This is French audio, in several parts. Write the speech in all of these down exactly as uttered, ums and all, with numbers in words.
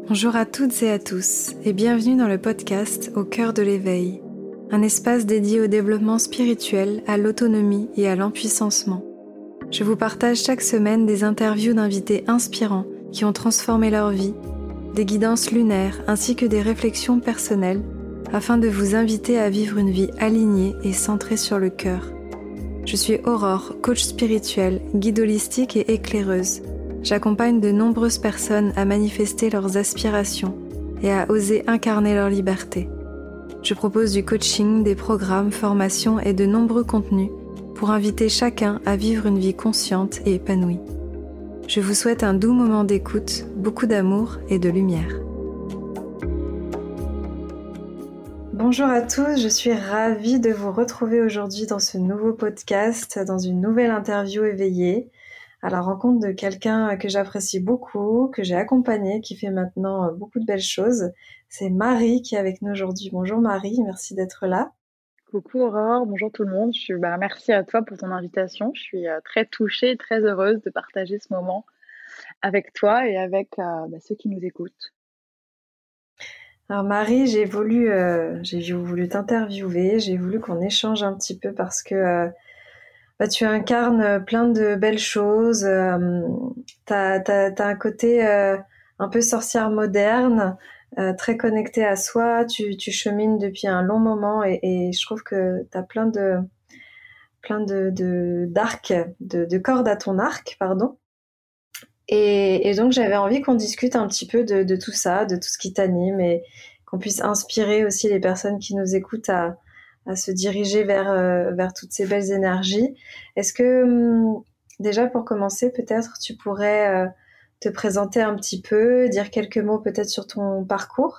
Bonjour à toutes et à tous et bienvenue dans le podcast Au cœur de l'éveil, un espace dédié au développement spirituel, à l'autonomie et à l'empuissancement. Je vous partage chaque semaine des interviews d'invités inspirants qui ont transformé leur vie, des guidances lunaires ainsi que des réflexions personnelles afin de vous inviter à vivre une vie alignée et centrée sur le cœur. Je suis Aurore, coach spirituelle, guide holistique et éclaireuse. J'accompagne de nombreuses personnes à manifester leurs aspirations et à oser incarner leur liberté. Je propose du coaching, des programmes, formations et de nombreux contenus pour inviter chacun à vivre une vie consciente et épanouie. Je vous souhaite un doux moment d'écoute, beaucoup d'amour et de lumière. Bonjour à tous, je suis ravie de vous retrouver aujourd'hui dans ce nouveau podcast, dans une nouvelle interview éveillée, à la rencontre de quelqu'un que j'apprécie beaucoup, que j'ai accompagné, qui fait maintenant beaucoup de belles choses. C'est Marie qui est avec nous aujourd'hui. Bonjour Marie, merci d'être là. Coucou Aurore, bonjour tout le monde. Je suis, bah, merci à toi pour ton invitation. Je suis euh, très touchée et très heureuse de partager ce moment avec toi et avec euh, bah, ceux qui nous écoutent. Alors Marie, j'ai voulu, euh, j'ai voulu t'interviewer, j'ai voulu qu'on échange un petit peu parce que euh, bah, tu incarnes plein de belles choses. Euh, t'as, t'as, t'as un côté euh, un peu sorcière moderne, euh, très connecté à soi. Tu, tu chemines depuis un long moment et, et je trouve que t'as plein de plein de, de d'arcs, de, de cordes à ton arc, pardon. Et, et donc j'avais envie qu'on discute un petit peu de, de tout ça, de tout ce qui t'anime et qu'on puisse inspirer aussi les personnes qui nous écoutent à à se diriger vers, euh, vers toutes ces belles énergies. Est-ce que, hum, déjà pour commencer, peut-être tu pourrais euh, te présenter un petit peu, dire quelques mots peut-être sur ton parcours?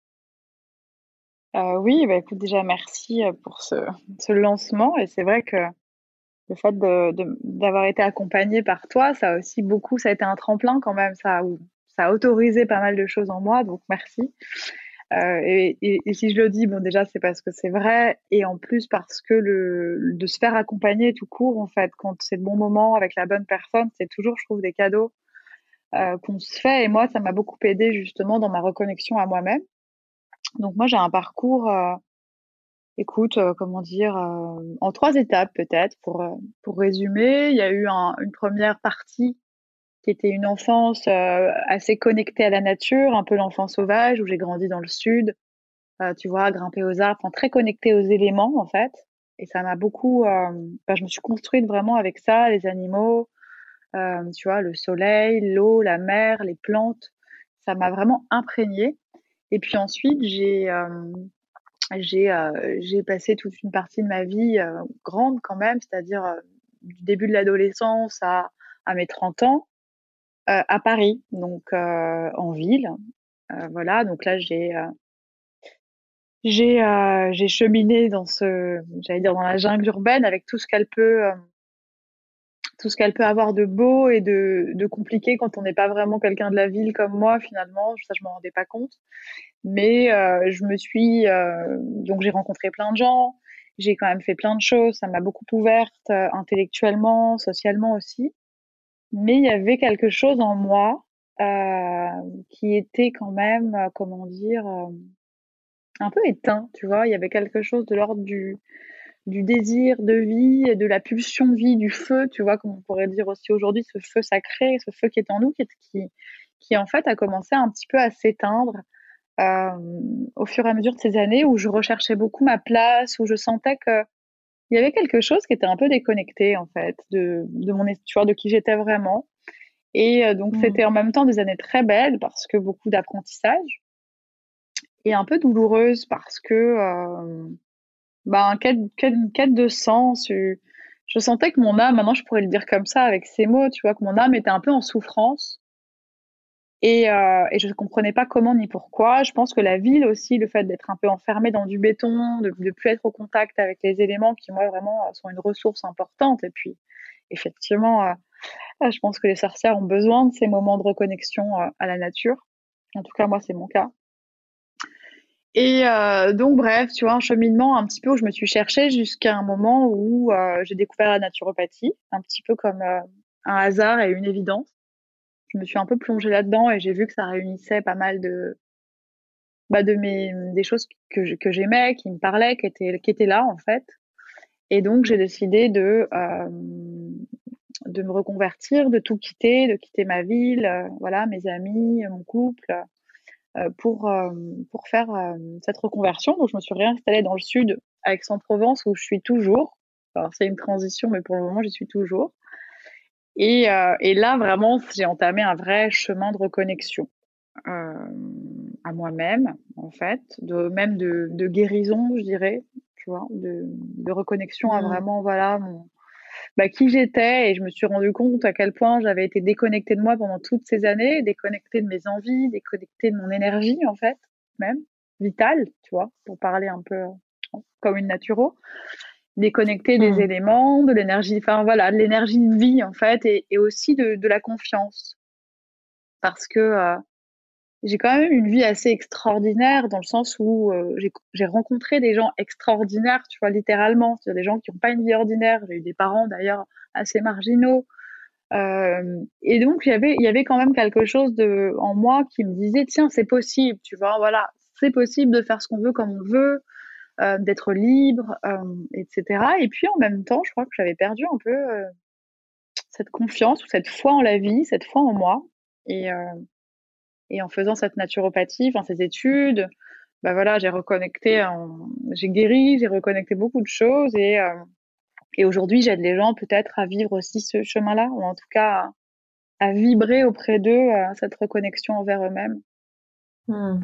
Euh, oui, bah, écoute, déjà merci euh, pour ce, ce lancement. Et c'est vrai que le fait de, de- d'avoir été accompagnée par toi, ça a aussi beaucoup, ça a été un tremplin quand même. Ça a, ça a autorisé pas mal de choses en moi, donc merci. Euh, et, et, et si je le dis, bon, déjà, c'est parce que c'est vrai, et en plus parce que le, de se faire accompagner tout court, en fait, quand c'est le bon moment avec la bonne personne, c'est toujours, je trouve, des cadeaux euh, qu'on se fait. Et moi, ça m'a beaucoup aidé justement dans ma reconnexion à moi-même. Donc moi, j'ai un parcours, euh, écoute, euh, comment dire, euh, en trois étapes peut-être, pour, euh, pour résumer. Il y a eu un, une première partie qui était une enfance euh, assez connectée à la nature, un peu l'enfant sauvage, où j'ai grandi dans le sud, euh, tu vois, grimper aux arbres, enfin, très connectée aux éléments en fait. Et ça m'a beaucoup, euh, enfin, je me suis construite vraiment avec ça, les animaux, euh, tu vois, le soleil, l'eau, la mer, les plantes. Ça m'a vraiment imprégnée. Et puis ensuite, j'ai euh, j'ai euh, j'ai passé toute une partie de ma vie euh, grande quand même, c'est-à-dire euh, du début de l'adolescence à, à mes trente ans, euh, à Paris, donc euh, en ville. Euh, voilà, donc là, j'ai euh, j'ai euh, j'ai cheminé dans ce, j'allais dire dans la jungle urbaine avec tout ce qu'elle peut euh, tout ce qu'elle peut avoir de beau et de, de compliqué quand on n'est pas vraiment quelqu'un de la ville comme moi finalement. Ça, je m'en rendais pas compte. Mais euh, je me suis euh, donc j'ai rencontré plein de gens, j'ai quand même fait plein de choses, ça m'a beaucoup ouverte euh, intellectuellement, socialement aussi. Mais il y avait quelque chose en moi euh, qui était quand même, euh, comment dire, euh, un peu éteint, tu vois. Il y avait quelque chose de l'ordre du du désir de vie et de la pulsion de vie, du feu, tu vois, comme on pourrait dire aussi aujourd'hui, ce feu sacré, ce feu qui est en nous, qui, est- qui, qui en fait a commencé un petit peu à s'éteindre euh, au fur et à mesure de ces années où je recherchais beaucoup ma place, où je sentais que il y avait quelque chose qui était un peu déconnecté en fait de, de mon, tu vois, de qui j'étais vraiment. Et euh, donc Mm. c'était en même temps des années très belles parce que beaucoup d'apprentissage et un peu douloureuses parce que euh, bah, un quête, quête, une quête de sens. euh, Je sentais que mon âme, maintenant je pourrais le dire comme ça avec ces mots, tu vois, que mon âme était un peu en souffrance et, euh, et je ne comprenais pas comment ni pourquoi. Je pense que la ville aussi, le fait d'être un peu enfermé dans du béton, de ne plus être au contact avec les éléments qui, moi, vraiment, euh, sont une ressource importante. Et puis, effectivement, euh, euh, je pense que les sorcières ont besoin de ces moments de reconnexion euh, à la nature. En tout cas, moi, c'est mon cas. Et euh, donc, bref, tu vois, un cheminement un petit peu où je me suis cherchée jusqu'à un moment où euh, j'ai découvert la naturopathie, un petit peu comme euh, un hasard et une évidence. je me suis un peu plongée là-dedans et j'ai vu que ça réunissait pas mal de, bah, de mes, des choses que, que j'aimais, qui me parlaient, qui étaient, qui étaient là, en fait. Et donc, j'ai décidé de, euh, de me reconvertir, de tout quitter, de quitter ma ville, euh, voilà, mes amis, mon couple, euh, pour, euh, pour faire euh, cette reconversion. Donc, je me suis réinstallée dans le sud, à Aix-en-Provence, où je suis toujours. Alors, c'est une transition, mais pour le moment, j'y suis toujours. Et, euh, et là, vraiment, j'ai entamé un vrai chemin de reconnexion euh, à moi-même, en fait, de, même de, de guérison, je dirais, tu vois, de, de reconnexion à Mm. vraiment, voilà, mon, bah, qui j'étais. Et je me suis rendu compte à quel point j'avais été déconnectée de moi pendant toutes ces années, déconnectée de mes envies, déconnectée de mon énergie, en fait, même, vitale, tu vois, pour parler un peu euh, comme une naturo, déconnectée des Mm. éléments, de l'énergie, enfin voilà, de l'énergie de vie, en fait, et, et aussi de, de la confiance. Parce que euh, j'ai quand même une vie assez extraordinaire dans le sens où euh, j'ai, j'ai rencontré des gens extraordinaires, tu vois, littéralement. C'est-à-dire des gens qui n'ont pas une vie ordinaire. J'ai eu des parents d'ailleurs assez marginaux. Euh, et donc, il y avait, il y avait quand même quelque chose de, en moi qui me disait, tiens, c'est possible, tu vois, voilà, c'est possible de faire ce qu'on veut comme on veut, euh, d'être libre, euh, et cetera. Et puis, en même temps, je crois que j'avais perdu un peu euh, cette confiance ou cette foi en la vie, cette foi en moi. Et, euh, et en faisant cette naturopathie, enfin, ces études, bah voilà, j'ai reconnecté, en... j'ai guéri, j'ai reconnecté beaucoup de choses et, euh, et aujourd'hui, j'aide les gens peut-être à vivre aussi ce chemin-là, ou en tout cas à, à vibrer auprès d'eux, à cette reconnexion envers eux-mêmes. Mm.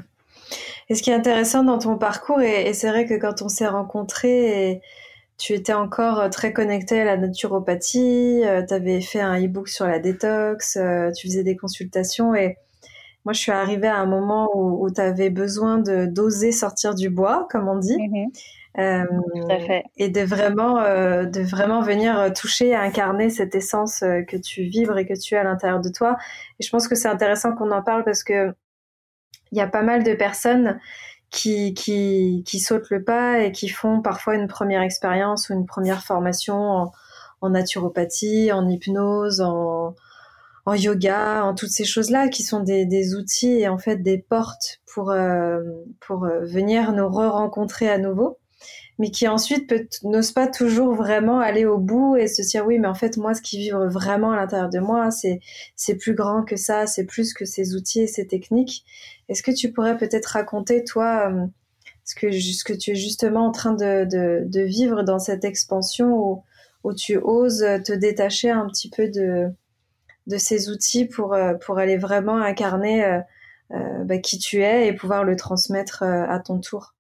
Et ce qui est intéressant dans ton parcours, et, et c'est vrai que quand on s'est rencontrés, et tu étais encore très connecté à la naturopathie, euh, tu avais fait un e-book sur la détox, euh, tu faisais des consultations, et moi je suis arrivée à un moment où, où tu avais besoin de d'oser sortir du bois, comme on dit, Mhm, euh, tout à fait. et de vraiment, euh, de vraiment venir toucher, incarner cette essence euh, que tu vibres et que tu as à l'intérieur de toi. Et je pense que c'est intéressant qu'on en parle parce que il y a pas mal de personnes qui, qui, qui sautent le pas et qui font parfois une première expérience ou une première formation en, en naturopathie, en hypnose, en, en yoga, en toutes ces choses-là qui sont des, des outils et en fait des portes pour, euh, pour euh, venir nous re-rencontrer à nouveau, mais qui ensuite peut, n'osent pas toujours vraiment aller au bout et se dire oui, mais en fait moi ce qui vibre vraiment à l'intérieur de moi, c'est c'est plus grand que ça, c'est plus que ces outils et ces techniques. Est-ce que tu pourrais peut-être raconter toi euh, ce que ce que tu es justement en train de de, de vivre dans cette expansion où où tu oses te détacher un petit peu de de ces outils pour euh, pour aller vraiment incarner euh, euh, bah, qui tu es et pouvoir le transmettre euh, à ton tour.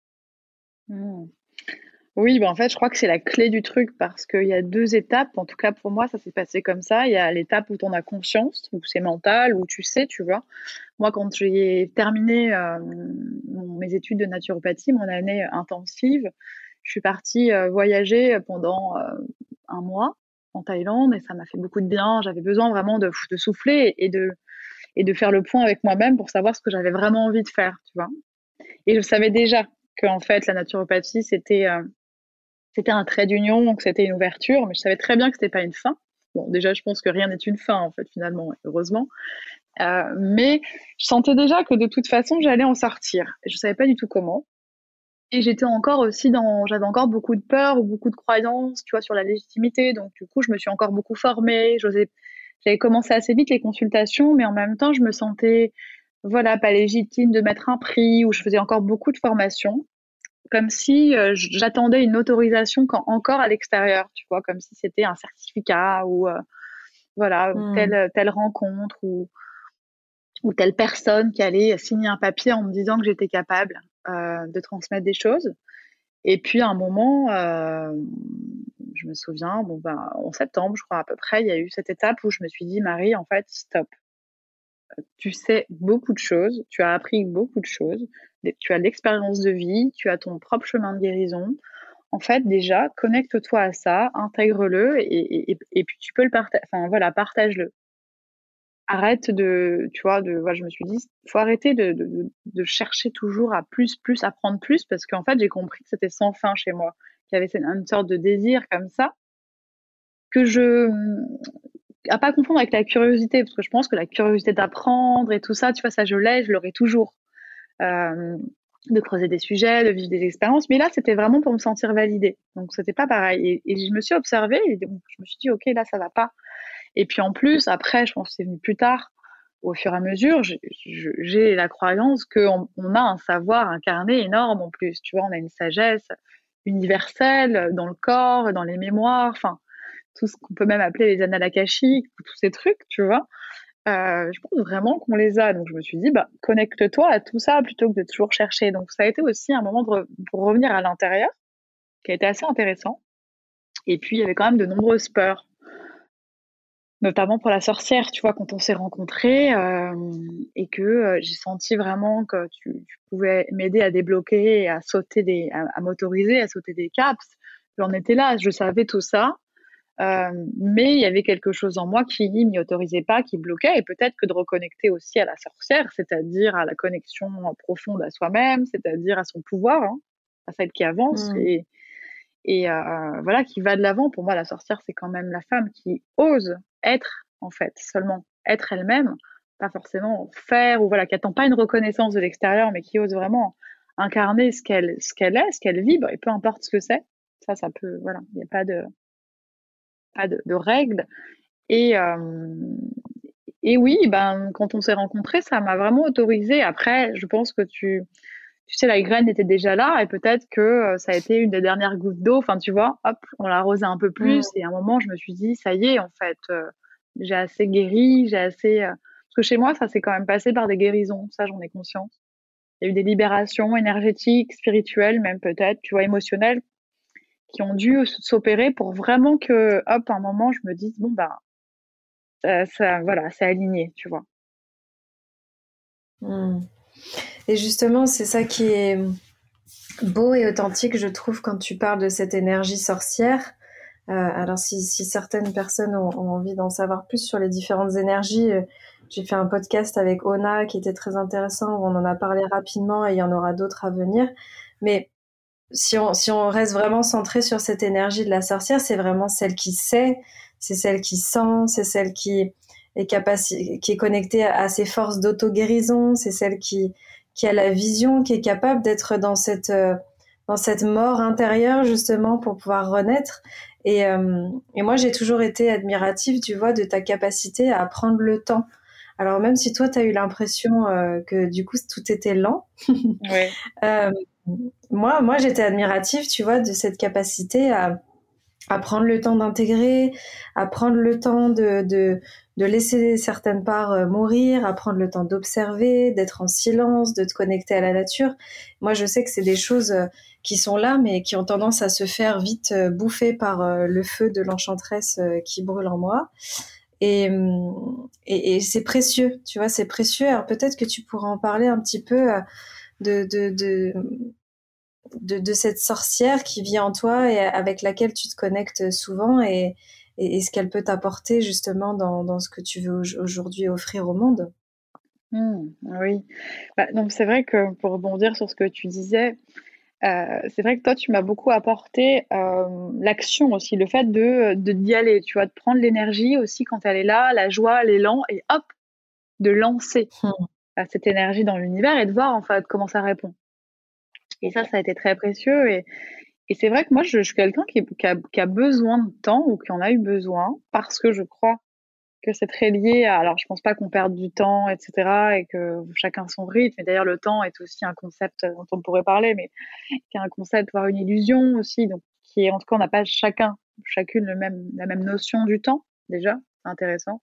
Mhm. Oui, bah en fait, je crois que c'est la clé du truc parce qu'il y a deux étapes. En tout cas, pour moi, ça s'est passé comme ça. Il y a l'étape où tu en as conscience, où c'est mental, où tu sais, tu vois. Moi, quand j'ai terminé euh, mon- mes études de naturopathie, mon année intensive, je suis partie euh, voyager pendant euh, un mois en Thaïlande et ça m'a fait beaucoup de bien. J'avais besoin vraiment de, de souffler et de, et de faire le point avec moi-même pour savoir ce que j'avais vraiment envie de faire, tu vois. Et je savais déjà que en fait, la naturopathie, c'était euh, c'était un trait d'union, que c'était une ouverture, mais je savais très bien que c'était pas une fin. Bon, déjà, je pense que rien n'est une fin, en fait, finalement, heureusement. Euh, mais je sentais déjà que de toute façon, j'allais en sortir. Je savais pas du tout comment. Et j'étais encore aussi dans, j'avais encore beaucoup de peur ou beaucoup de croyances, tu vois, sur la légitimité. Donc, du coup, je me suis encore beaucoup formée. J'osais, j'avais commencé assez vite les consultations, mais en même temps, je me sentais, voilà, pas légitime de mettre un prix, ou je faisais encore beaucoup de formations comme si euh, j'attendais une autorisation quand encore à l'extérieur, tu vois, comme si c'était un certificat ou euh, voilà Mm. telle telle rencontre ou ou telle personne qui allait signer un papier en me disant que j'étais capable euh, de transmettre des choses. Et puis à un moment, euh, je me souviens, bon ben en septembre, je crois à peu près, il y a eu cette étape où je me suis dit Marie, en fait, stop. Tu sais beaucoup de choses, tu as appris beaucoup de choses, tu as l'expérience de vie, tu as ton propre chemin de guérison. En fait, déjà, connecte-toi à ça, intègre-le et, et, et puis tu peux le partager. Enfin voilà, partage-le. Arrête de, tu vois, de, voilà, je me suis dit, faut arrêter de, de, de chercher toujours à plus, plus, apprendre plus, parce qu'en fait, j'ai compris que c'était sans fin chez moi, qu'il y avait une sorte de désir comme ça que je à pas confondre avec la curiosité, parce que je pense que la curiosité d'apprendre et tout ça, tu vois, ça je l'ai, je l'aurai toujours. Euh, de creuser des sujets, de vivre des expériences, mais là c'était vraiment pour me sentir validée. Donc c'était pas pareil. Et, et je me suis observée et donc, je me suis dit ok là ça va pas. Et puis en plus après, je pense que c'est venu plus tard. Au fur et à mesure, j'ai, j'ai la croyance qu'on on a un savoir incarné énorme en plus. Tu vois, on a une sagesse universelle dans le corps, dans les mémoires, enfin tout ce qu'on peut même appeler les annales akashiques, tous ces trucs, tu vois. Euh, je pense vraiment qu'on les a. Donc je me suis dit, bah, connecte-toi à tout ça plutôt que de toujours chercher. Donc ça a été aussi un moment de re- pour revenir à l'intérieur, qui a été assez intéressant. Et puis il y avait quand même de nombreuses peurs, notamment pour la sorcière, tu vois, quand on s'est rencontrés euh, et que euh, j'ai senti vraiment que tu, tu pouvais m'aider à débloquer, à sauter des, à, à m'autoriser à sauter des caps. J'en étais là, je savais tout ça. Euh, mais il y avait quelque chose en moi qui m'y autorisait pas, qui bloquait, et peut-être que de reconnecter aussi à la sorcière, c'est-à-dire à la connexion profonde à soi-même, c'est-à-dire à son pouvoir, hein, à celle qui avance Mm. et, et euh, voilà, qui va de l'avant. Pour moi, la sorcière, c'est quand même la femme qui ose être, en fait, seulement être elle-même, pas forcément faire, ou voilà, qui attend pas une reconnaissance de l'extérieur, mais qui ose vraiment incarner ce qu'elle, ce qu'elle est, ce qu'elle vibre, et peu importe ce que c'est. Ça, ça peut, voilà, il n'y a pas de, pas de, de règles. Et, euh, et oui, ben, quand on s'est rencontrés, ça m'a vraiment autorisée. Après, je pense que tu, tu sais, la graine était déjà là et peut-être que euh, ça a été une des dernières gouttes d'eau. Enfin, tu vois, hop, on l'a arrosé un peu plus. Mm. Et à un moment, je me suis dit, ça y est, en fait, euh, j'ai assez guéri, j'ai assez. euh, Parce que chez moi, ça s'est quand même passé par des guérisons. Ça, j'en ai conscience. Il y a eu des libérations énergétiques, spirituelles, même peut-être, tu vois, émotionnelles, qui ont dû s'opérer pour vraiment que, hop, à un moment, je me dise, bon, bah, ça, ça, voilà, c'est aligné, tu vois. Mm. Et justement, c'est ça qui est beau et authentique, je trouve, quand tu parles de cette énergie sorcière. Euh, alors, si, si certaines personnes ont, ont envie d'en savoir plus sur les différentes énergies, euh, j'ai fait un podcast avec Ona qui était très intéressant, où on en a parlé rapidement et il y en aura d'autres à venir. Mais si on, si on reste vraiment centré sur cette énergie de la sorcière, c'est vraiment celle qui sait, c'est celle qui sent, c'est celle qui est capaci- qui est connectée à ses forces d'auto-guérison, c'est celle qui, qui a la vision, qui est capable d'être dans cette, euh, dans cette mort intérieure, justement, pour pouvoir renaître. Et, euh, et moi, j'ai toujours été admirative, tu vois, de ta capacité à prendre le temps. Alors, même si toi, tu as eu l'impression euh, que, du coup, tout était lent, Ouais. euh, moi, moi, j'étais admirative, tu vois, de cette capacité à, à prendre le temps d'intégrer, à prendre le temps de, de, de laisser certaines parts euh, mourir, à prendre le temps d'observer, d'être en silence, de te connecter à la nature. Moi, je sais que c'est des choses euh, qui sont là, mais qui ont tendance à se faire vite euh, bouffer par euh, le feu de l'enchanteresse euh, qui brûle en moi. Et, hum, et, et c'est précieux, tu vois, c'est précieux. Alors peut-être que tu pourras en parler un petit peu euh, de, de, de, de, de cette sorcière qui vit en toi et avec laquelle tu te connectes souvent et, et, et ce qu'elle peut t'apporter justement dans, dans ce que tu veux aujourd'hui offrir au monde. Mmh, oui. Bah, donc c'est vrai que pour rebondir sur ce que tu disais, euh, c'est vrai que toi tu m'as beaucoup apporté euh, l'action aussi, le fait de, de d'y aller, tu vois, de prendre l'énergie aussi quand elle est là, la joie, l'élan, et hop, de lancer Hmm. euh, cette énergie dans l'univers et de voir en fait comment ça répond. Et ça, ça a été très précieux. Et, et c'est vrai que moi, je, je suis quelqu'un qui, qui, a, qui a besoin de temps ou qui en a eu besoin parce que je crois que c'est très lié à, alors je pense pas qu'on perde du temps, et cetera, et que chacun son rythme. Et d'ailleurs, le temps est aussi un concept dont on pourrait parler, mais qui est un concept, voire une illusion aussi, donc qui est, en tout cas, on n'a pas chacun, chacune le même, la même notion du temps, déjà. C'est intéressant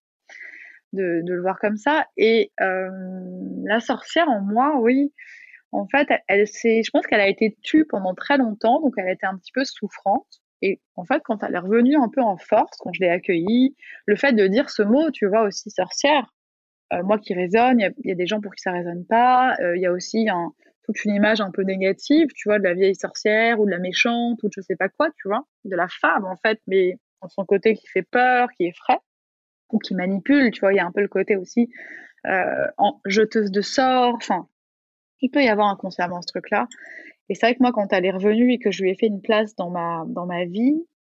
de, de le voir comme ça. Et euh, la sorcière en moi, oui, en fait, elle, elle s'est, je pense qu'elle a été tue pendant très longtemps, donc elle était un petit peu souffrante. Et en fait, quand elle est revenue un peu en force, quand je l'ai accueillie, le fait de dire ce mot, tu vois, aussi sorcière, euh, moi qui résonne, il y a, y a des gens pour qui ça résonne pas, euh, il y a aussi un, toute une image un peu négative, tu vois, de la vieille sorcière ou de la méchante ou de je sais pas quoi, tu vois, de la femme en fait, mais en son côté qui fait peur, qui effraie ou qui manipule, tu vois, il y a un peu le côté aussi euh, en jeteuse de sorts, enfin, il peut y avoir inconsciemment ce truc-là. Et c'est vrai que moi, quand elle est revenue et que je lui ai fait une place dans ma, dans ma vie,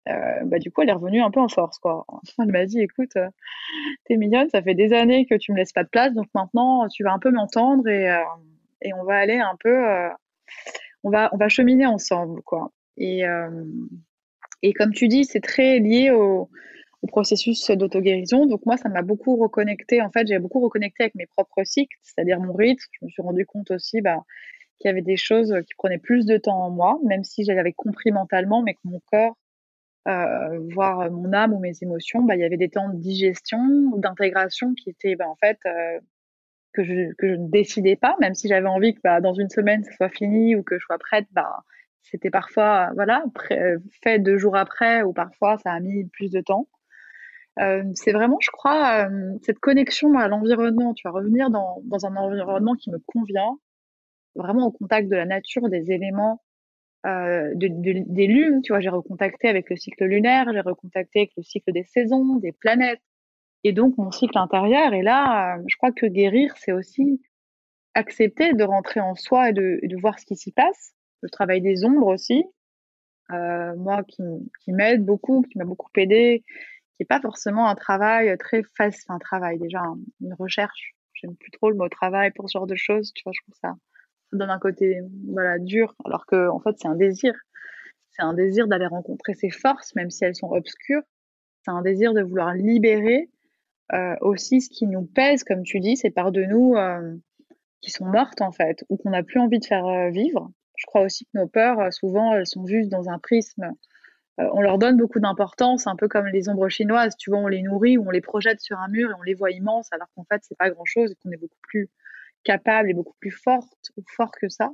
euh, bah, du coup, elle est revenue un peu en force, quoi. Elle m'a dit, écoute, euh, t'es mignonne, ça fait des années que tu me laisses pas de place, donc maintenant, tu vas un peu m'entendre et, euh, et on va aller un peu, euh, on va, on va cheminer ensemble, quoi. Et, euh, et comme tu dis, c'est très lié au, au processus d'auto-guérison. Donc moi, ça m'a beaucoup reconnecté. En fait, j'ai beaucoup reconnecté avec mes propres cycles, c'est-à-dire mon rythme. Je me suis rendu compte aussi bah, qu'il y avait des choses qui prenaient plus de temps en moi, même si j'avais compris mentalement, mais que mon corps, euh, voire mon âme ou mes émotions, bah, il y avait des temps de digestion, d'intégration qui étaient bah, en fait euh, que je, que je ne décidais pas, même si j'avais envie que bah, dans une semaine, ça soit fini ou que je sois prête, bah, c'était parfois voilà pré- fait deux jours après ou parfois ça a mis plus de temps. Euh, c'est vraiment, je crois, euh, cette connexion à l'environnement. Tu vas revenir dans, dans un environnement qui me convient, vraiment au contact de la nature, des éléments, euh, de, de- des lunes. Tu vois, j'ai recontacté avec le cycle lunaire, j'ai recontacté avec le cycle des saisons, des planètes, et donc mon cycle intérieur. Et là, euh, je crois que guérir, c'est aussi accepter de rentrer en soi et de, et de voir ce qui s'y passe. Le travail des ombres aussi, euh, moi qui, qui m'aide beaucoup, qui m'a beaucoup aidé, qui est pas forcément un travail très facile, un travail déjà, hein, une recherche. J'aime plus trop le mot travail pour ce genre de choses, tu vois, je trouve ça, ça donne un côté, voilà, dur, alors que, en fait, c'est un désir. C'est un désir d'aller rencontrer ses forces, même si elles sont obscures. C'est un désir de vouloir libérer, euh, aussi ce qui nous pèse, comme tu dis, ces parts de nous, euh, qui sont mortes, en fait, ou qu'on n'a plus envie de faire euh, vivre. Je crois aussi que nos peurs, euh, souvent, elles sont juste dans un prisme. Euh, on leur donne beaucoup d'importance, un peu comme les ombres chinoises, tu vois, on les nourrit ou on les projette sur un mur et on les voit immenses, alors qu'en fait, c'est pas grand-chose et qu'on est beaucoup plus capable et beaucoup plus forte ou fort que ça.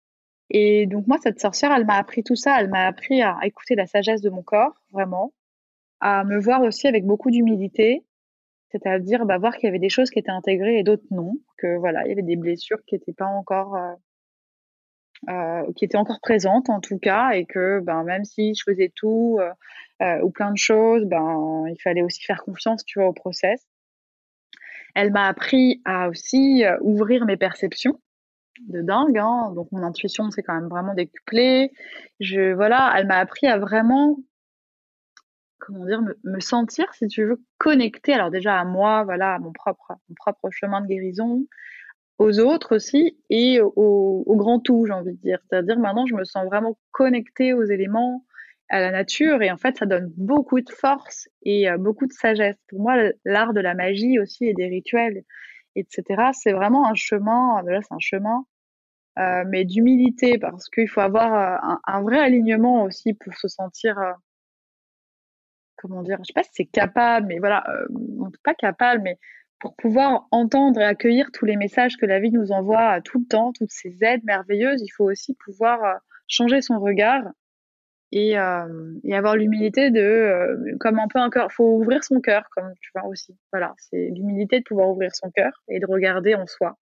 Et donc moi, cette sorcière, elle m'a appris tout ça, elle m'a appris à écouter la sagesse de mon corps, vraiment, à me voir aussi avec beaucoup d'humilité, c'est-à-dire bah, voir qu'il y avait des choses qui étaient intégrées et d'autres non, que voilà, il y avait des blessures qui n'étaient pas encore euh, euh, qui était encore présente en tout cas, et que ben, même si je faisais tout euh, euh, ou plein de choses, ben, il fallait aussi faire confiance, tu vois, au process. Elle m'a appris à aussi euh, ouvrir mes perceptions de dingue, hein. Donc mon intuition s'est quand même vraiment décuplée. Je, voilà, elle m'a appris à vraiment, comment dire, me, me sentir, si tu veux, connectée. Alors déjà à moi, voilà, à mon propre, mon propre chemin de guérison, aux autres aussi et au, au grand tout, j'ai envie de dire. C'est-à-dire maintenant, je me sens vraiment connectée aux éléments, à la nature, et en fait, ça donne beaucoup de force et euh, beaucoup de sagesse. Pour moi, l'art de la magie aussi et des rituels, et cetera, c'est vraiment un chemin, déjà c'est un chemin, euh, mais d'humilité, parce qu'il faut avoir euh, un, un vrai alignement aussi pour se sentir, euh, comment dire, je sais pas si c'est capable, mais voilà, euh, pas capable, mais pour pouvoir entendre et accueillir tous les messages que la vie nous envoie euh, tout le temps, toutes ces aides merveilleuses, il faut aussi pouvoir euh, changer son regard et, euh, et avoir l'humilité de, euh, comme un peu un cœur, faut ouvrir son cœur, comme tu vois aussi. Voilà, c'est l'humilité de pouvoir ouvrir son cœur et de regarder en soi.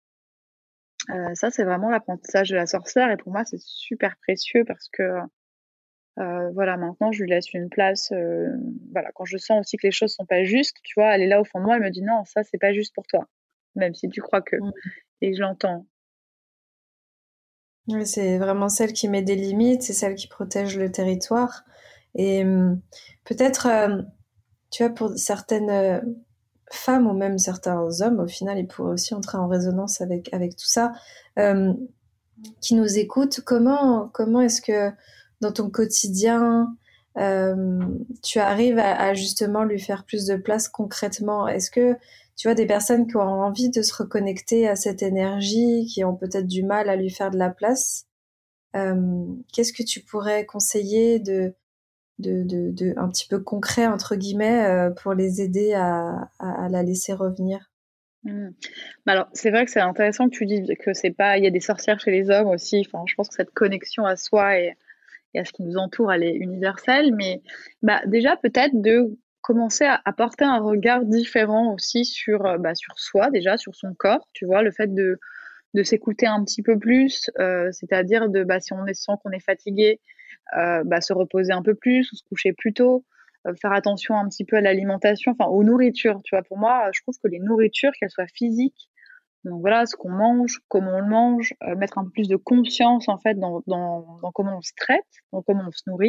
Euh, ça, c'est vraiment l'apprentissage de la sorcière, et pour moi, c'est super précieux parce que Euh, voilà, maintenant, je lui laisse une place. Euh, voilà, quand je sens aussi que les choses sont pas justes, tu vois, elle est là au fond de moi, elle me dit non, ça, c'est pas juste pour toi, même si tu crois que, Mm. et que je l'entends. Ouais, c'est vraiment celle qui met des limites, c'est celle qui protège le territoire. Et hum, peut-être, euh, tu vois, pour certaines euh, femmes ou même certains hommes, au final, ils pourraient aussi entrer en résonance avec, avec tout ça, euh, qui nous écoutent. Comment, comment est-ce que dans ton quotidien, euh, tu arrives à, à justement lui faire plus de place concrètement? Est-ce que tu vois des personnes qui ont envie de se reconnecter à cette énergie, qui ont peut-être du mal à lui faire de la place? Euh, qu'est-ce que tu pourrais conseiller de, de, de, de un petit peu concret entre guillemets euh, pour les aider à, à, à la laisser revenir? Mm. Bah alors, c'est vrai que c'est intéressant que tu dises que c'est pas, il y a des sorcières chez les hommes aussi. Enfin, je pense que cette connexion à soi et, et à ce qui nous entoure, elle est universelle. Mais bah, déjà, peut-être de commencer à, à porter un regard différent aussi sur, euh, bah, sur soi, déjà, sur son corps. Tu vois, le fait de de s'écouter un petit peu plus, euh, c'est-à-dire de bah, si on est, sent qu'on est fatigué, euh, bah, se reposer un peu plus ou se coucher plus tôt, euh, faire attention un petit peu à l'alimentation, enfin aux nourritures. Tu vois, pour moi, je trouve que les nourritures, qu'elles soient physiques, donc voilà, ce qu'on mange, comment on le mange, euh, mettre un peu plus de conscience en fait dans, dans, dans comment on se traite, dans comment on se nourrit.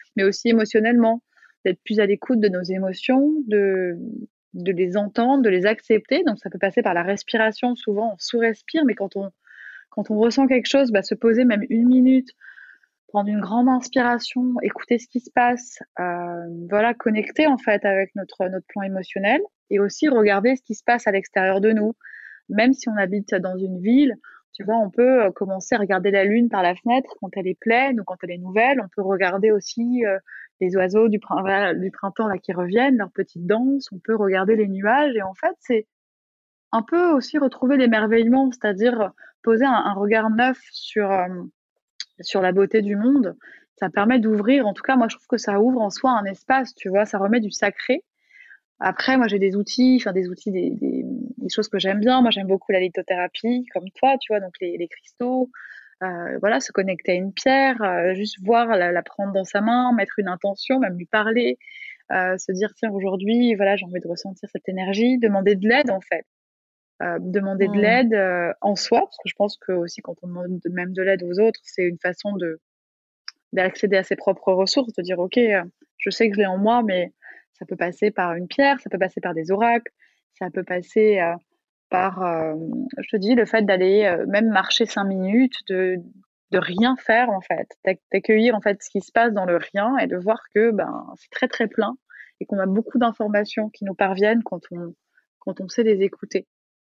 mais aussi émotionnellement, d'être plus à l'écoute de nos émotions, de, de les entendre, de les accepter. Donc ça peut passer par la respiration, souvent on sous-respire, mais quand on, quand on ressent quelque chose, bah, se poser même une minute, prendre une grande inspiration, écouter ce qui se passe, euh, voilà, connecter en fait avec notre, notre plan émotionnel et aussi regarder ce qui se passe à l'extérieur de nous. Même si on habite dans une ville, tu vois, on peut euh, commencer à regarder la lune par la fenêtre quand elle est pleine ou quand elle est nouvelle. On peut regarder aussi euh, les oiseaux du, prin- voilà, du printemps là qui reviennent, leurs petites danses. On peut regarder les nuages et en fait, c'est un peu aussi retrouver l'émerveillement, c'est-à-dire poser un, un regard neuf sur euh, sur la beauté du monde. Ça permet d'ouvrir, en tout cas, moi je trouve que ça ouvre en soi un espace, tu vois, ça remet du sacré. Après, moi j'ai des outils, enfin des outils, des, des, des choses que j'aime bien. Moi j'aime beaucoup la lithothérapie, comme toi, tu vois, donc les, les cristaux. Euh, voilà, se connecter à une pierre, euh, juste voir, la, la prendre dans sa main, mettre une intention, même lui parler, euh, se dire tiens aujourd'hui, voilà, j'ai envie de ressentir cette énergie, demander de l'aide en fait. Euh, demander de Hmm. l'aide euh, en soi, parce que je pense que aussi quand on demande de- même de l'aide aux autres, c'est une façon de d'accéder à ses propres ressources, de dire ok, euh, je sais que je l'ai en moi, mais ça peut passer par une pierre, ça peut passer par des oracles, ça peut passer euh, par, euh, je te dis, le fait d'aller euh, même marcher cinq minutes, de de rien faire en fait, d'ac- d'accueillir en fait ce qui se passe dans le rien et de voir que ben c'est très très plein et qu'on a beaucoup d'informations qui nous parviennent quand on quand on sait les écouter.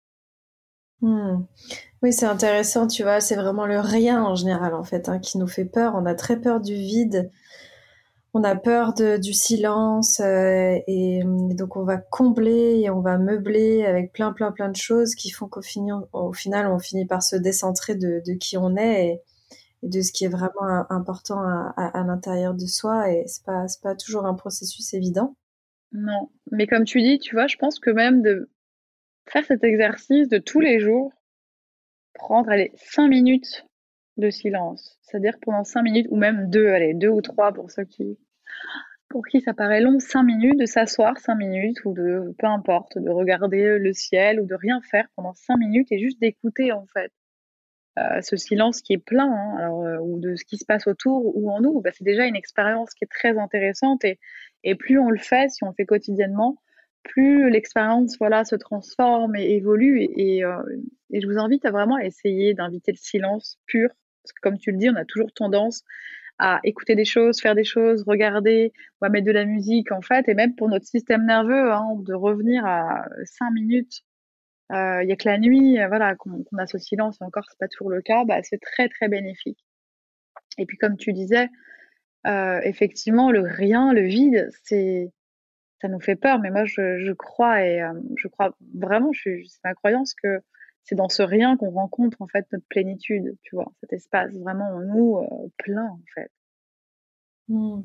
Hmm. Oui, c'est intéressant, tu vois, c'est vraiment le rien en général en fait hein, qui nous fait peur. On a très peur du vide, on a peur de, du silence euh, et, et donc on va combler et on va meubler avec plein plein plein de choses qui font qu'au final, au final on finit par se décentrer de, de qui on est et, et de ce qui est vraiment un- important à, à, à l'intérieur de soi et c'est pas c'est pas toujours un processus évident. Non, mais comme tu dis, tu vois, je pense que même de faire cet exercice de tous les jours, prendre, allez, cinq minutes de silence. C'est-à-dire pendant cinq minutes, ou même deux, allez, deux ou trois pour ceux qui, pour qui ça paraît long, cinq minutes, de s'asseoir cinq minutes, ou de, peu importe, de regarder le ciel, ou de rien faire pendant cinq minutes et juste d'écouter, en fait, euh, ce silence qui est plein, hein, alors, euh, ou de ce qui se passe autour ou en nous, bah, c'est déjà une expérience qui est très intéressante et, et plus on le fait, si on le fait quotidiennement, plus l'expérience voilà, se transforme et évolue. Et, et, euh, et je vous invite à vraiment essayer d'inviter le silence pur. Parce que comme tu le dis, on a toujours tendance à écouter des choses, faire des choses, regarder, ou à mettre de la musique en fait, et même pour notre système nerveux, hein, de revenir à cinq minutes il y a que la nuit, euh, voilà, qu'on qu'on a ce silence, et encore c'est pas toujours le cas, bah, c'est très très bénéfique. Et puis comme tu disais, euh, effectivement, le rien, le vide, c'est ça nous fait peur, mais moi je, je crois et euh, je crois vraiment, je suis- c'est ma croyance que c'est dans ce rien qu'on rencontre en fait notre plénitude, tu vois, cet espace vraiment en nous euh, plein en fait. Hmm.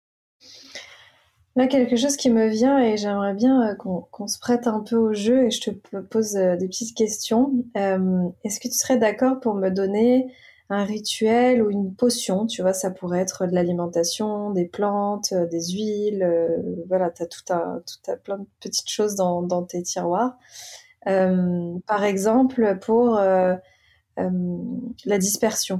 Là, quelque chose qui me vient et j'aimerais bien euh, qu'on qu'on se prête un peu au jeu et je te p- pose euh, des petites questions. Euh, est-ce que tu serais d'accord pour me donner un rituel ou une potion? Tu vois, ça pourrait être de l'alimentation, des plantes, euh, des huiles. Euh, voilà, tu as tout un, tout un, plein de petites choses dans, dans tes tiroirs. Euh, par exemple, pour euh, euh, la dispersion.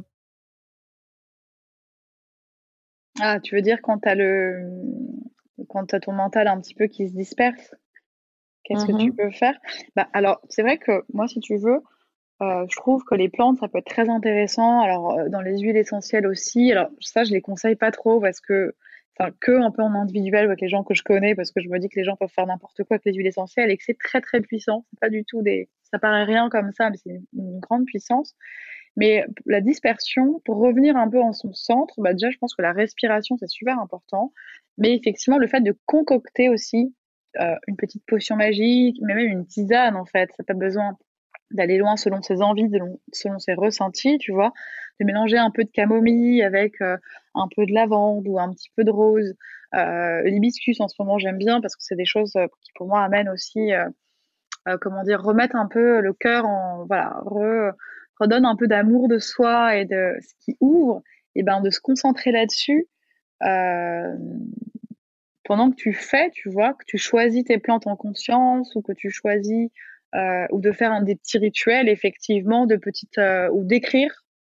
Ah, tu veux dire quand t'as le quand t'as ton mental un petit peu qui se disperse, qu'est-ce que tu Mhm. peux faire? Bah alors c'est vrai que moi si tu veux, Heu, je trouve que les plantes, ça peut être très intéressant. Alors, heu, dans les huiles essentielles aussi. Alors ça, je les conseille pas trop parce que enfin, que un peu en individuel avec les gens que je connais, parce que je me dis que les gens peuvent faire n'importe quoi avec les huiles essentielles et que c'est très, très puissant. C'est pas du tout des ça paraît rien comme ça, mais c'est une une grande puissance. Mais la dispersion, pour revenir un peu en son centre, bah, déjà, je pense que la respiration, c'est super important. Mais effectivement, le fait de concocter aussi, heu, une petite potion magique, mais même une tisane, en fait, ça a pas besoin d'aller loin selon ses envies, selon, selon ses ressentis, tu vois, de mélanger un peu de camomille avec euh, un peu de lavande ou un petit peu de rose. Euh, l'hibiscus en ce moment j'aime bien parce que c'est des choses euh, qui pour moi amènent aussi, euh, euh, comment dire, remettre un peu le cœur en, voilà, re, redonne un peu d'amour de soi et de ce qui ouvre, et ben de se concentrer là-dessus. Euh, Pendant que tu fais, tu vois, que tu choisis tes plantes en conscience ou que tu choisis euh, ou de faire un, des petits rituels, effectivement, de petites euh, ou d'écrire.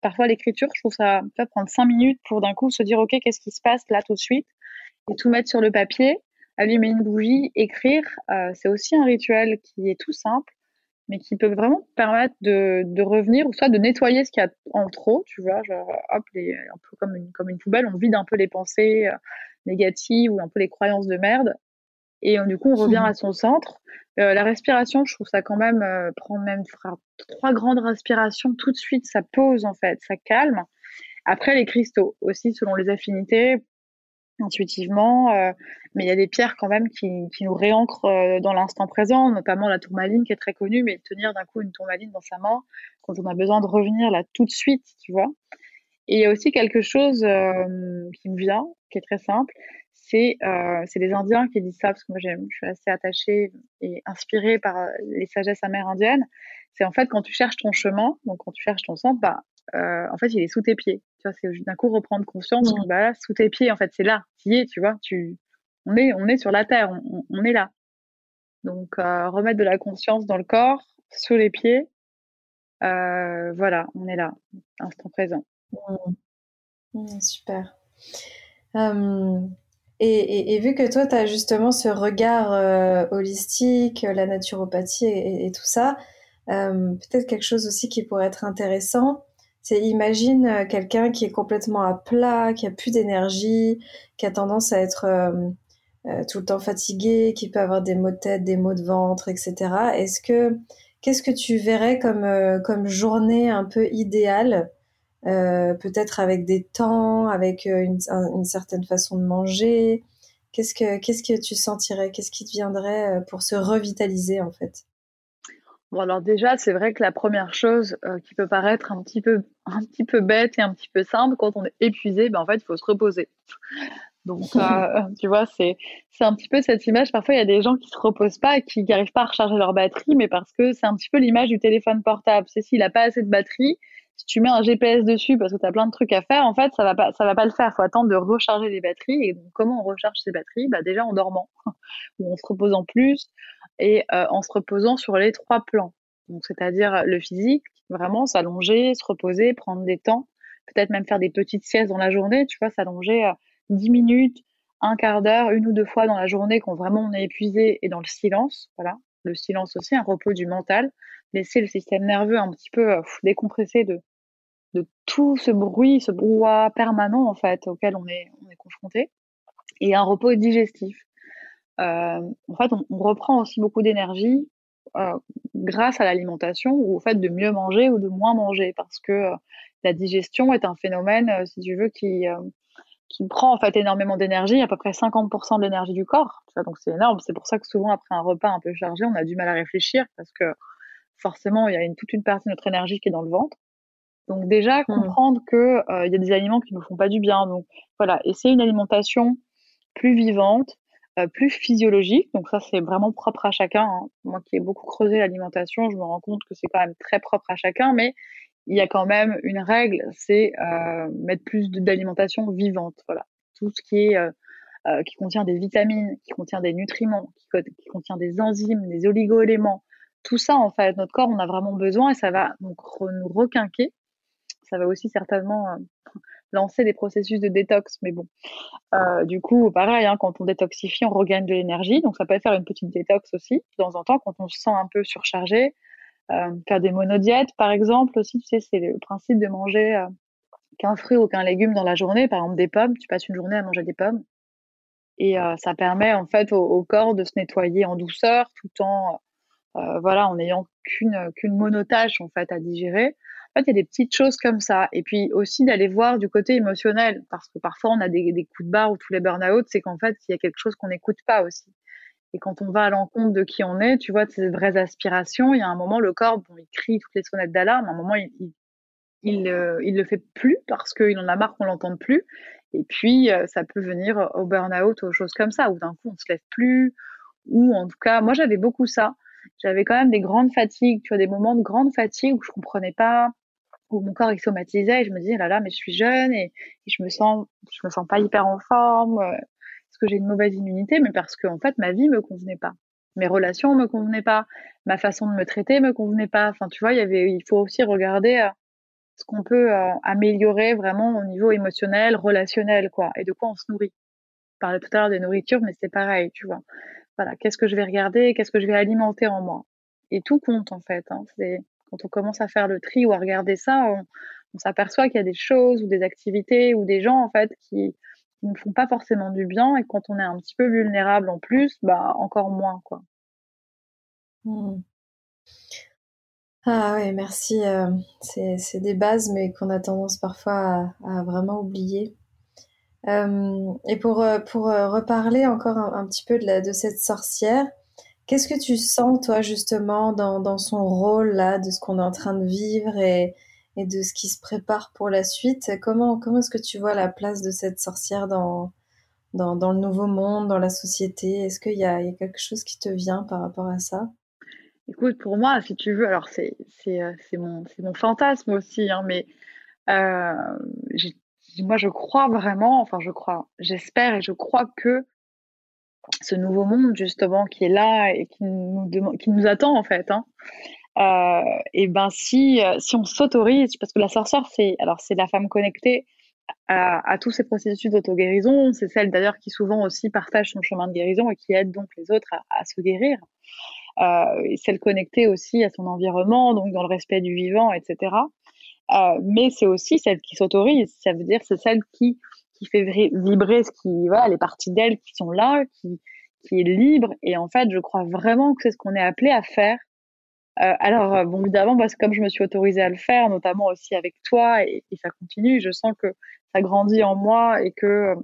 parfois l'écriture, je trouve ça, peut prendre cinq minutes pour d'un coup se dire, OK, qu'est-ce qui se passe là tout de suite? Et tout mettre sur le papier, allumer une bougie, écrire, euh, c'est aussi un rituel qui est tout simple, mais qui peut vraiment permettre de, de revenir, ou soit de nettoyer ce qu'il y a en trop, tu vois, genre, hop, les, un peu comme une, comme une poubelle, on vide un peu les pensées euh, négatives ou un peu les croyances de merde, et euh, du coup, on revient à son centre. Euh, la respiration, je trouve ça quand même, euh, prendre même faire trois grandes respirations tout de suite, ça pose en fait, ça calme. Après, les cristaux, aussi selon les affinités, intuitivement, euh, mais il y a des pierres quand même qui, qui nous réancrent euh, dans l'instant présent, notamment la tourmaline qui est très connue, mais tenir d'un coup une tourmaline dans sa main quand on a besoin de revenir là tout de suite, tu vois. Et il y a aussi quelque chose euh, qui me vient, qui est très simple, c'est euh, c'est les Indiens qui disent ça, parce que moi j'aime, je suis assez attachée et inspirée par euh, les sagesses amérindiennes. C'est en fait quand tu cherches ton chemin, donc quand tu cherches ton centre, bah, euh, en fait il est sous tes pieds. Tu vois, c'est d'un coup reprendre conscience que bah là, sous tes pieds, en fait c'est là, tu y es, tu vois, tu, on est, on est sur la terre, on, on est là. Donc euh, remettre de la conscience dans le corps, sous les pieds, euh, voilà, on est là, instant présent. Mmh. Mmh, super. Hum, et, et- et vu que toi, tu as justement ce regard euh, holistique, la naturopathie et, et tout ça, euh, peut-être quelque chose aussi qui pourrait être intéressant, c'est imagine euh, quelqu'un qui est complètement à plat, qui a plus d'énergie, qui a tendance à être euh, euh, tout le temps fatigué, qui peut avoir des maux de tête, des maux de ventre, et cetera. Est-ce que qu'est-ce que tu verrais comme euh, comme journée un peu idéale, euh, peut-être avec des temps, avec euh, une, un- une certaine façon de manger. Qu'est-ce que, qu'est-ce que tu sentirais? Qu'est-ce qui te viendrait euh, pour se revitaliser en fait? Bon, alors déjà, c'est vrai que la première chose euh, qui peut paraître un petit peu, un petit peu bête et un petit peu simple, quand on est épuisé, ben en fait, il faut se reposer. Donc, euh, tu vois, c'est, c'est un petit peu cette image. Parfois, il y a des gens qui se reposent pas, qui n'arrivent pas à recharger leur batterie, mais parce que c'est un petit peu l'image du téléphone portable. C'est s'il a pas assez de batterie, si tu mets un G P S dessus parce que tu as plein de trucs à faire, en fait, ça va pas, ça va pas le faire. Faut attendre de recharger les batteries. Et donc, comment on recharge ses batteries? Bah, déjà en dormant, ou en se reposant plus, et euh, en se reposant sur les trois plans. Donc, c'est-à-dire le physique, vraiment s'allonger, se reposer, prendre des temps, peut-être même faire des petites siestes dans la journée, tu vois, s'allonger euh, dix minutes, un quart d'heure, une ou deux fois dans la journée quand vraiment on est épuisé, et dans le silence, voilà. Le silence aussi, un repos du mental, laisser le système nerveux un petit peu euh, décompresser de, de tout ce bruit, ce brouhaha permanent en fait auquel on est, on est confronté, et un repos digestif. Euh, en fait, on, on reprend aussi beaucoup d'énergie euh, grâce à l'alimentation, ou au fait de mieux manger ou de moins manger, parce que euh, la digestion est un phénomène, euh, si tu veux, qui, euh, qui prend en fait énormément d'énergie, à peu près cinquante pour cent de l'énergie du corps. Tu vois, donc c'est énorme. C'est pour ça que souvent après un repas un peu chargé, on a du mal à réfléchir, parce que forcément il y a une, toute une partie de notre énergie qui est dans le ventre. Donc déjà Mhm. comprendre que euh, il y a des aliments qui nous font pas du bien. Donc voilà, essayer une alimentation plus vivante, euh, plus physiologique. Donc ça, c'est vraiment propre à chacun, hein. Moi qui ai beaucoup creusé l'alimentation, je me rends compte que c'est quand même très propre à chacun, mais il y a quand même une règle, c'est euh, mettre plus d'alimentation vivante. Voilà, tout ce qui est euh, euh, qui contient des vitamines, qui contient des nutriments, qui, co qui contient des enzymes, des oligo-éléments. Tout ça, en fait, notre corps, on a vraiment besoin, et ça va donc re nous requinquer. Ça va aussi certainement euh, lancer des processus de détox, mais bon, euh, du coup, pareil, hein, quand on détoxifie, on regagne de l'énergie. Donc, ça peut faire une petite détox aussi, de temps en temps, quand on se sent un peu surchargé. Euh, faire des monodiètes, par exemple, aussi, tu sais, c'est le principe de manger euh, qu'un fruit ou qu'un légume dans la journée. Par exemple, des pommes, tu passes une journée à manger des pommes. Et euh, ça permet, en fait, au, au corps de se nettoyer en douceur, tout en, euh, voilà, en n'ayant qu'une qu'une monotâche, en fait, à digérer. En fait, il y a des petites choses comme ça. Et puis aussi d'aller voir du côté émotionnel, parce que parfois on a des, des coups de barre ou tous les burn-out, c'est qu'en fait, il y a quelque chose qu'on n'écoute pas aussi. Et quand on va à l'encontre de qui on est, tu vois, de ces vraies aspirations, il y a un moment, le corps, bon, il crie toutes les sonnettes d'alarme. À un moment, il, il, il, euh, il le fait plus parce qu'il en a marre qu'on l'entende plus. Et puis, euh, ça peut venir au burn-out, aux choses comme ça, où d'un coup, on se lève plus, ou en tout cas, moi, j'avais beaucoup ça. J'avais quand même des grandes fatigues, tu vois, des moments de grande fatigue où je comprenais pas, où mon corps il somatisait, et je me disais, là là, mais je suis jeune, et, et je me sens, je me sens pas hyper en forme, euh, parce que j'ai une mauvaise immunité, mais parce que en fait, ma vie me convenait pas. Mes relations me convenaient pas, ma façon de me traiter me convenait pas. Enfin, tu vois, il y avait, il faut aussi regarder, euh, ce qu'on peut euh, améliorer vraiment au niveau émotionnel, relationnel, quoi, et de quoi on se nourrit. Je parlais tout à l'heure des nourritures, mais c'est pareil, tu vois. Voilà, qu'est-ce que je vais regarder, qu'est-ce que je vais alimenter en moi. Et tout compte, en fait. Hein. C'est, quand on commence à faire le tri ou à regarder ça, on, on s'aperçoit qu'il y a des choses ou des activités ou des gens, en fait, qui, qui ne font pas forcément du bien. Et quand on est un petit peu vulnérable en plus, bah, encore moins, quoi. Hmm. Ah ouais, merci. euh, c'est, c'est des bases, mais qu'on a tendance parfois à, à vraiment oublier. Euh, et pour, euh, pour euh, reparler encore un, un petit peu de, la, de cette sorcière, qu'est-ce que tu sens, toi, justement, dans, dans son rôle, là, de ce qu'on est en train de vivre et, et de ce qui se prépare pour la suite? Comment, comment est-ce que tu vois la place de cette sorcière dans, dans, dans le nouveau monde, dans la société? Est-ce qu'il y a, il y a quelque chose qui te vient par rapport à ça? Écoute, pour moi, si tu veux, alors c'est, c'est, euh, c'est mon, c'est mon fantasme aussi, hein, mais euh, j'ai- moi, je crois vraiment, enfin, je crois, j'espère et je crois que ce nouveau monde, justement, qui est là et qui nous, demande, qui nous attend, en fait, hein, euh, et ben, si, euh, si on s'autorise, parce que la sorcière, c'est, alors, c'est la femme connectée à, à tous ces processus d'auto-guérison, c'est celle d'ailleurs qui souvent aussi partage son chemin de guérison et qui aide donc les autres à, à se guérir. Euh, et celle connectée aussi à son environnement, donc dans le respect du vivant, et cetera. Euh, mais c'est aussi celle qui s'autorise, ça veut dire c'est celle qui qui fait vibrer ce qui voilà les parties d'elle qui sont là, qui qui est libre. Et en fait, je crois vraiment que c'est ce qu'on est appelé à faire. Euh, alors euh, bon, évidemment, parce que comme je me suis autorisée à le faire, notamment aussi avec toi, et, et ça continue, je sens que ça grandit en moi et que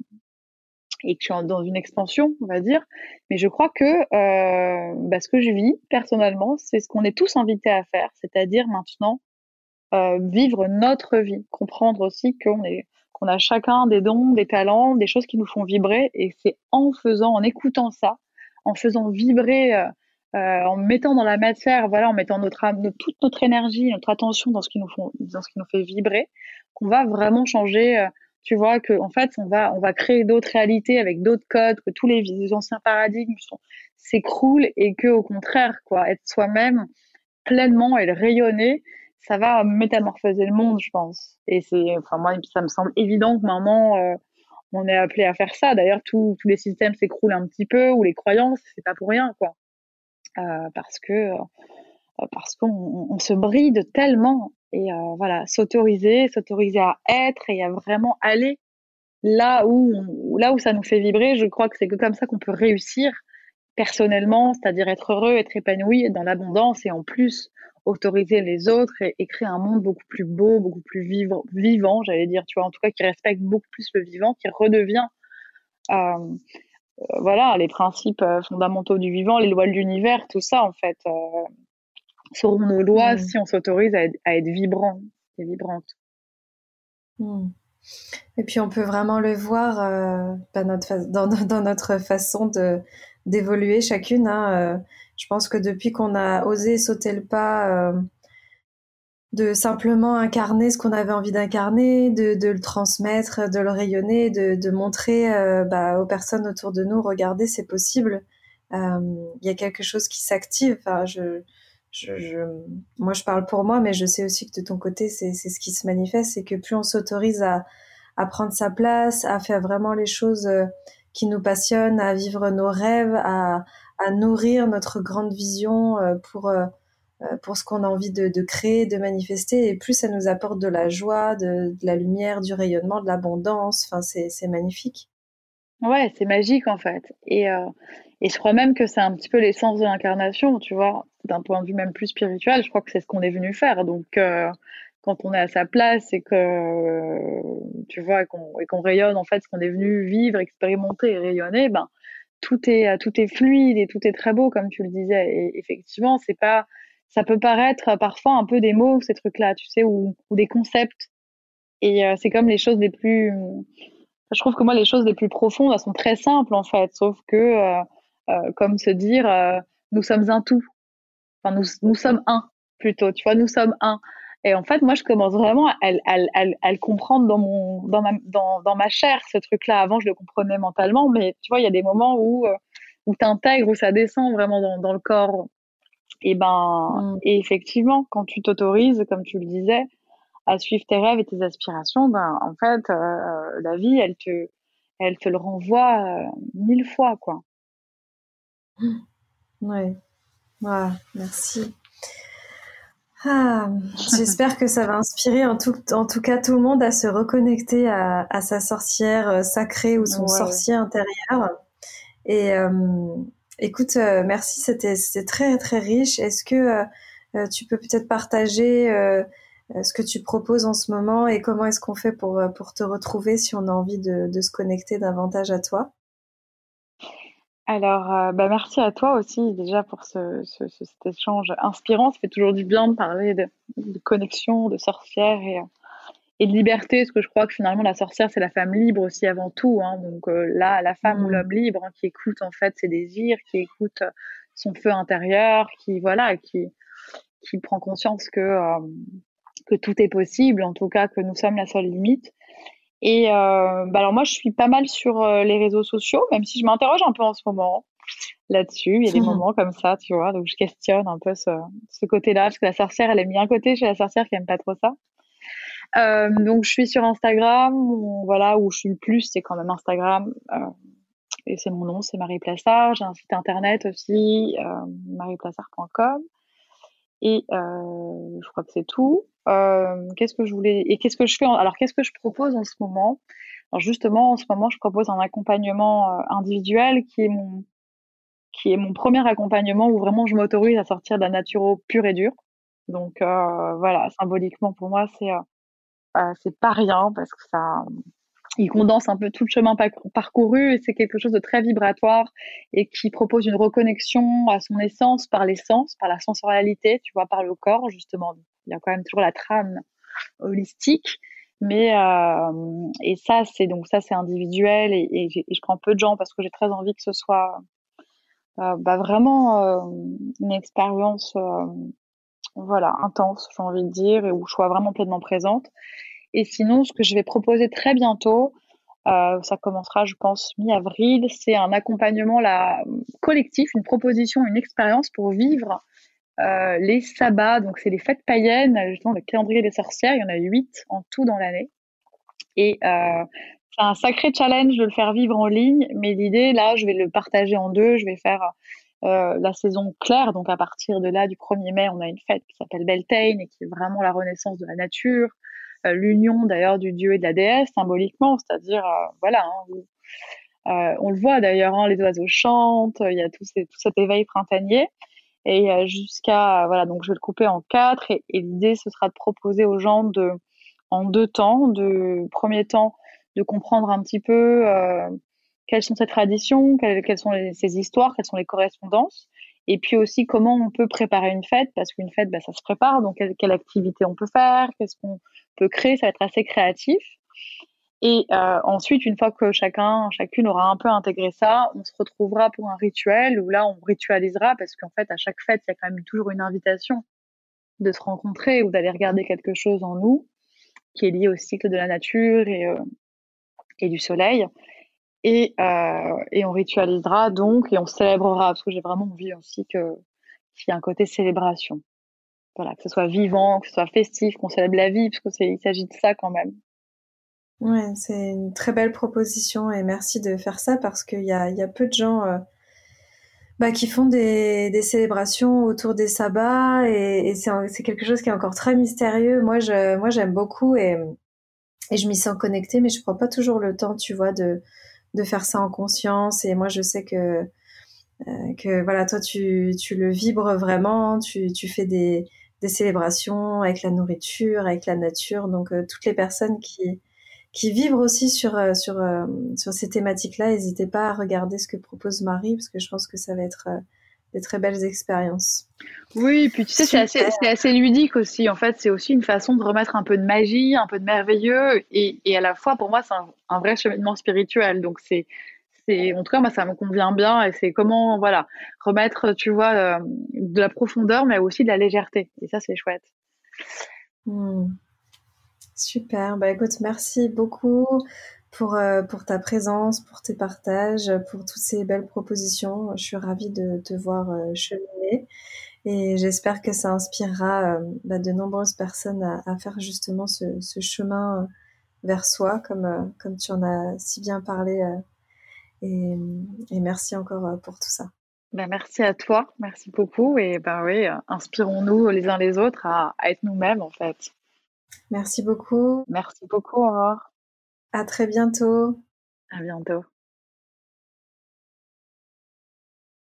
et que je suis dans une expansion, on va dire. Mais je crois que euh, bah, ce que je vis personnellement, c'est ce qu'on est tous invités à faire, c'est-à-dire maintenant euh, vivre notre vie, comprendre aussi qu'on est qu'on a chacun des dons, des talents, des choses qui nous font vibrer, et c'est en faisant, en écoutant ça, en faisant vibrer, euh, euh, en mettant dans la matière, voilà, en mettant notre âme, notre- toute notre énergie, notre attention dans ce qui nous font, dans ce qui nous fait vibrer, qu'on va vraiment changer. Euh, tu vois que en fait, on va on va créer d'autres réalités avec d'autres codes, que tous les, les anciens paradigmes sont- s'écroulent, et que au contraire, quoi, être soi-même pleinement et le rayonner, ça va métamorphoser le monde, je pense. Et c'est, enfin, moi, ça me semble évident que maintenant, euh, on est appelé à faire ça. D'ailleurs, tous tous les systèmes s'écroulent un petit peu, ou les croyances, c'est pas pour rien, quoi. Euh, parce que, euh, parce qu'on on, on se bride tellement. Et euh, voilà, s'autoriser, s'autoriser à être et à vraiment aller là où, on- là où ça nous fait vibrer. Je crois que c'est que comme ça qu'on peut réussir personnellement, c'est-à-dire être heureux, être épanoui, être dans l'abondance, et en plus autoriser les autres, et, et créer un monde beaucoup plus beau, beaucoup plus vivant, vivant, j'allais dire, tu vois, en tout cas qui respecte beaucoup plus le vivant, qui redevient, euh, euh, voilà, les principes euh, fondamentaux du vivant, les lois de l'univers, tout ça, en fait, euh, seront nos lois Hmm. si on s'autorise à, être- à être vibrant et vibrante. Hmm. Et puis on peut vraiment le voir euh, dans, notre fa- dans, dans notre façon de d'évoluer chacune. Hein, euh, je pense que depuis qu'on a osé sauter le pas euh, de simplement incarner ce qu'on avait envie d'incarner, de, de le transmettre, de le rayonner, de, de montrer euh, bah, aux personnes autour de nous, regardez, c'est possible. Euh, Il y a quelque chose qui s'active. Enfin, je, je, je, moi, je parle pour moi, mais je sais aussi que de ton côté, c'est, c'est ce qui se manifeste, c'est que plus on s'autorise à, à prendre sa place, à faire vraiment les choses euh, qui nous passionnent, à vivre nos rêves, à, à nourrir notre grande vision euh, pour euh, euh, pour ce qu'on a envie de, de créer, de manifester, et plus ça nous apporte de la joie, de, de la lumière, du rayonnement, de l'abondance. Enfin, c'est, c'est magnifique. Ouais, c'est magique en fait. Et, euh, et je crois même que c'est un petit peu l'essence de l'incarnation, tu vois, d'un point de vue même plus spirituel. Je crois que c'est ce qu'on est venu faire. Donc, euh, quand on est à sa place et que, euh, tu vois, et qu'on, et qu'on rayonne en fait ce qu'on est venu vivre, expérimenter et rayonner, ben, tout est, tout est fluide et tout est très beau, comme tu le disais. Et effectivement, c'est pas, ça peut paraître parfois un peu des mots, ces trucs-là, tu sais, ou, ou des concepts. Et euh, c'est comme les choses les plus, je trouve que moi, les choses les plus profondes, elles sont très simples en fait, sauf que, euh, euh, comme se dire, euh, nous sommes un tout. Enfin, nous, nous sommes un, plutôt, tu vois, nous sommes un. Et en fait, moi, je commence vraiment à, à, à, à, à le comprendre dans, mon, dans, ma, dans, dans ma chair, ce truc-là. Avant, je le comprenais mentalement, mais tu vois, il y a des moments où, euh, où tu intègres, où ça descend vraiment dans, dans le corps. Et ben, Mm. et effectivement, quand tu t'autorises, comme tu le disais, à suivre tes rêves et tes aspirations, ben, en fait, euh, la vie, elle te, elle te le renvoie euh, mille fois, quoi. Ouais. Ouais, merci. Ah, j'espère que ça va inspirer en tout, en tout cas tout le monde à se reconnecter à, à sa sorcière euh, sacrée ou son Ouais. sorcier intérieur. Et euh, écoute, euh, merci, c'était, c'était très très riche. Est-ce que euh, euh, tu peux peut-être partager euh, euh, ce que tu proposes en ce moment et comment est-ce qu'on fait pour, euh, pour te retrouver si on a envie de, de se connecter davantage à toi? Alors, euh, bah, merci à toi aussi déjà pour ce, ce- ce- cet échange inspirant. Ça fait toujours du bien de parler de, de connexion, de sorcière et, euh, et de liberté, parce que je crois que finalement la sorcière c'est la femme libre aussi avant tout, hein. Donc euh, là, la femme ou Mm. l'homme libre, hein, qui écoute en fait ses désirs, qui écoute euh, son feu intérieur, qui voilà, qui qui prend conscience que euh, que tout est possible, en tout cas que nous sommes la seule limite. Et euh, bah alors moi, je suis pas mal sur euh, les réseaux sociaux, même si je m'interroge un peu en ce moment là-dessus. Il y a des moments comme ça, tu vois, donc je questionne un peu ce, ce côté-là, parce que la sorcière, elle a mis un côté chez la sorcière qui aime pas trop ça. Euh, donc je suis sur Instagram, où, voilà, où je suis le plus, c'est quand même Instagram. Euh, et c'est mon nom, c'est Marie Plassard. J'ai un site internet aussi, euh, marie plassard point com. Et euh, je crois que c'est tout. Euh, qu'est-ce que je voulais et qu'est-ce que je fais en- alors qu'est-ce que je propose en ce moment? Alors justement, en ce moment, je propose un accompagnement euh, individuel qui est mon qui est mon premier accompagnement où vraiment je m'autorise à sortir de la naturo pure et dure. Donc euh, voilà, symboliquement pour moi, c'est euh, euh, c'est pas rien parce que ça il condense un peu tout le chemin parcouru et c'est quelque chose de très vibratoire et qui propose une reconnexion à son essence par les sens, par la sensorialité, tu vois, par le corps justement. Il y a quand même toujours la trame holistique, mais euh, et ça c'est donc ça c'est individuel et, et, et je prends peu de gens parce que j'ai très envie que ce soit euh, bah, vraiment euh, une expérience euh, voilà intense, j'ai envie de dire, et où je sois vraiment pleinement présente. Et sinon, ce que je vais proposer très bientôt, euh, ça commencera, je pense, mi-avril. C'est un accompagnement là, collectif, une proposition, une expérience pour vivre euh, les sabbats. Donc, c'est les fêtes païennes, justement, le calendrier des sorcières. Il y en a huit en tout dans l'année. Et euh, c'est un sacré challenge de le faire vivre en ligne. Mais l'idée, là, je vais le partager en deux. Je vais faire euh, la saison claire. Donc, à partir de là, du premier mai, on a une fête qui s'appelle Beltane et qui est vraiment la renaissance de la nature. Euh, l'union d'ailleurs du dieu et de la déesse symboliquement, c'est-à-dire euh, voilà, hein, euh, on le voit d'ailleurs, hein, les oiseaux chantent, il y a tout, ces, tout cet éveil printanier et euh, jusqu'à voilà, donc je vais le couper en quatre et, et l'idée ce sera de proposer aux gens de en deux temps, de premier temps de comprendre un petit peu euh, quelles sont ces traditions, quelles, quelles sont les, ces histoires, quelles sont les correspondances. Et puis aussi comment on peut préparer une fête, parce qu'une fête, bah, ça se prépare. Donc quelle, quelle activité on peut faire, qu'est-ce qu'on peut créer, ça va être assez créatif. Et euh, ensuite, une fois que chacun, chacune aura un peu intégré ça, on se retrouvera pour un rituel où là, on ritualisera parce qu'en fait, à chaque fête, il y a quand même toujours une invitation de se rencontrer ou d'aller regarder quelque chose en nous qui est lié au cycle de la nature et, euh, et du soleil. Et, euh, et on ritualisera donc et on célébrera parce que j'ai vraiment envie aussi que qu'il y ait un côté célébration. Voilà, que ce soit vivant, que ce soit festif, qu'on célèbre la vie parce que c'est il s'agit de ça quand même. Ouais, c'est une très belle proposition et merci de faire ça parce qu'il y a, il y a peu de gens euh, bah, qui font des, des célébrations autour des sabbats et, et c'est, c'est quelque chose qui est encore très mystérieux. Moi, je, moi, j'aime beaucoup et, et je m'y sens connectée, mais je prends pas toujours le temps, tu vois, de, de faire ça en conscience. Et moi, je sais que, euh, que voilà, toi, tu, tu le vibres vraiment, tu, tu fais des, des célébrations avec la nourriture, avec la nature. Donc, euh, toutes les personnes qui, qui vibrent aussi sur, euh, sur, euh, sur ces thématiques-là, n'hésitez pas à regarder ce que propose Marie, parce que je pense que ça va être euh, des très belles expériences. Oui, puis tu sais, c'est assez, Super. c'est assez ludique aussi. En fait, c'est aussi une façon de remettre un peu de magie, un peu de merveilleux, et, et à la fois, pour moi, c'est un, un vrai cheminement spirituel. Donc, c'est, c'est, en tout cas, moi, ça me convient bien, et c'est comment, voilà, remettre, tu vois, euh, de la profondeur, mais aussi de la légèreté. Et ça, c'est chouette. Hmm. Super. Bah écoute, merci beaucoup pour, euh, pour ta présence, pour tes partages, pour toutes ces belles propositions. Je suis ravie de te voir euh, cheminer. Et j'espère que ça inspirera euh, bah, de nombreuses personnes à, à faire justement ce, ce chemin vers soi, comme, euh, comme tu en as si bien parlé. Euh, et, et merci encore euh, pour tout ça. Ben, merci à toi, merci beaucoup. Et ben oui, euh, inspirons-nous les uns les autres à, à être nous-mêmes en fait. Merci beaucoup. Merci beaucoup, Aurore. À très bientôt. À bientôt.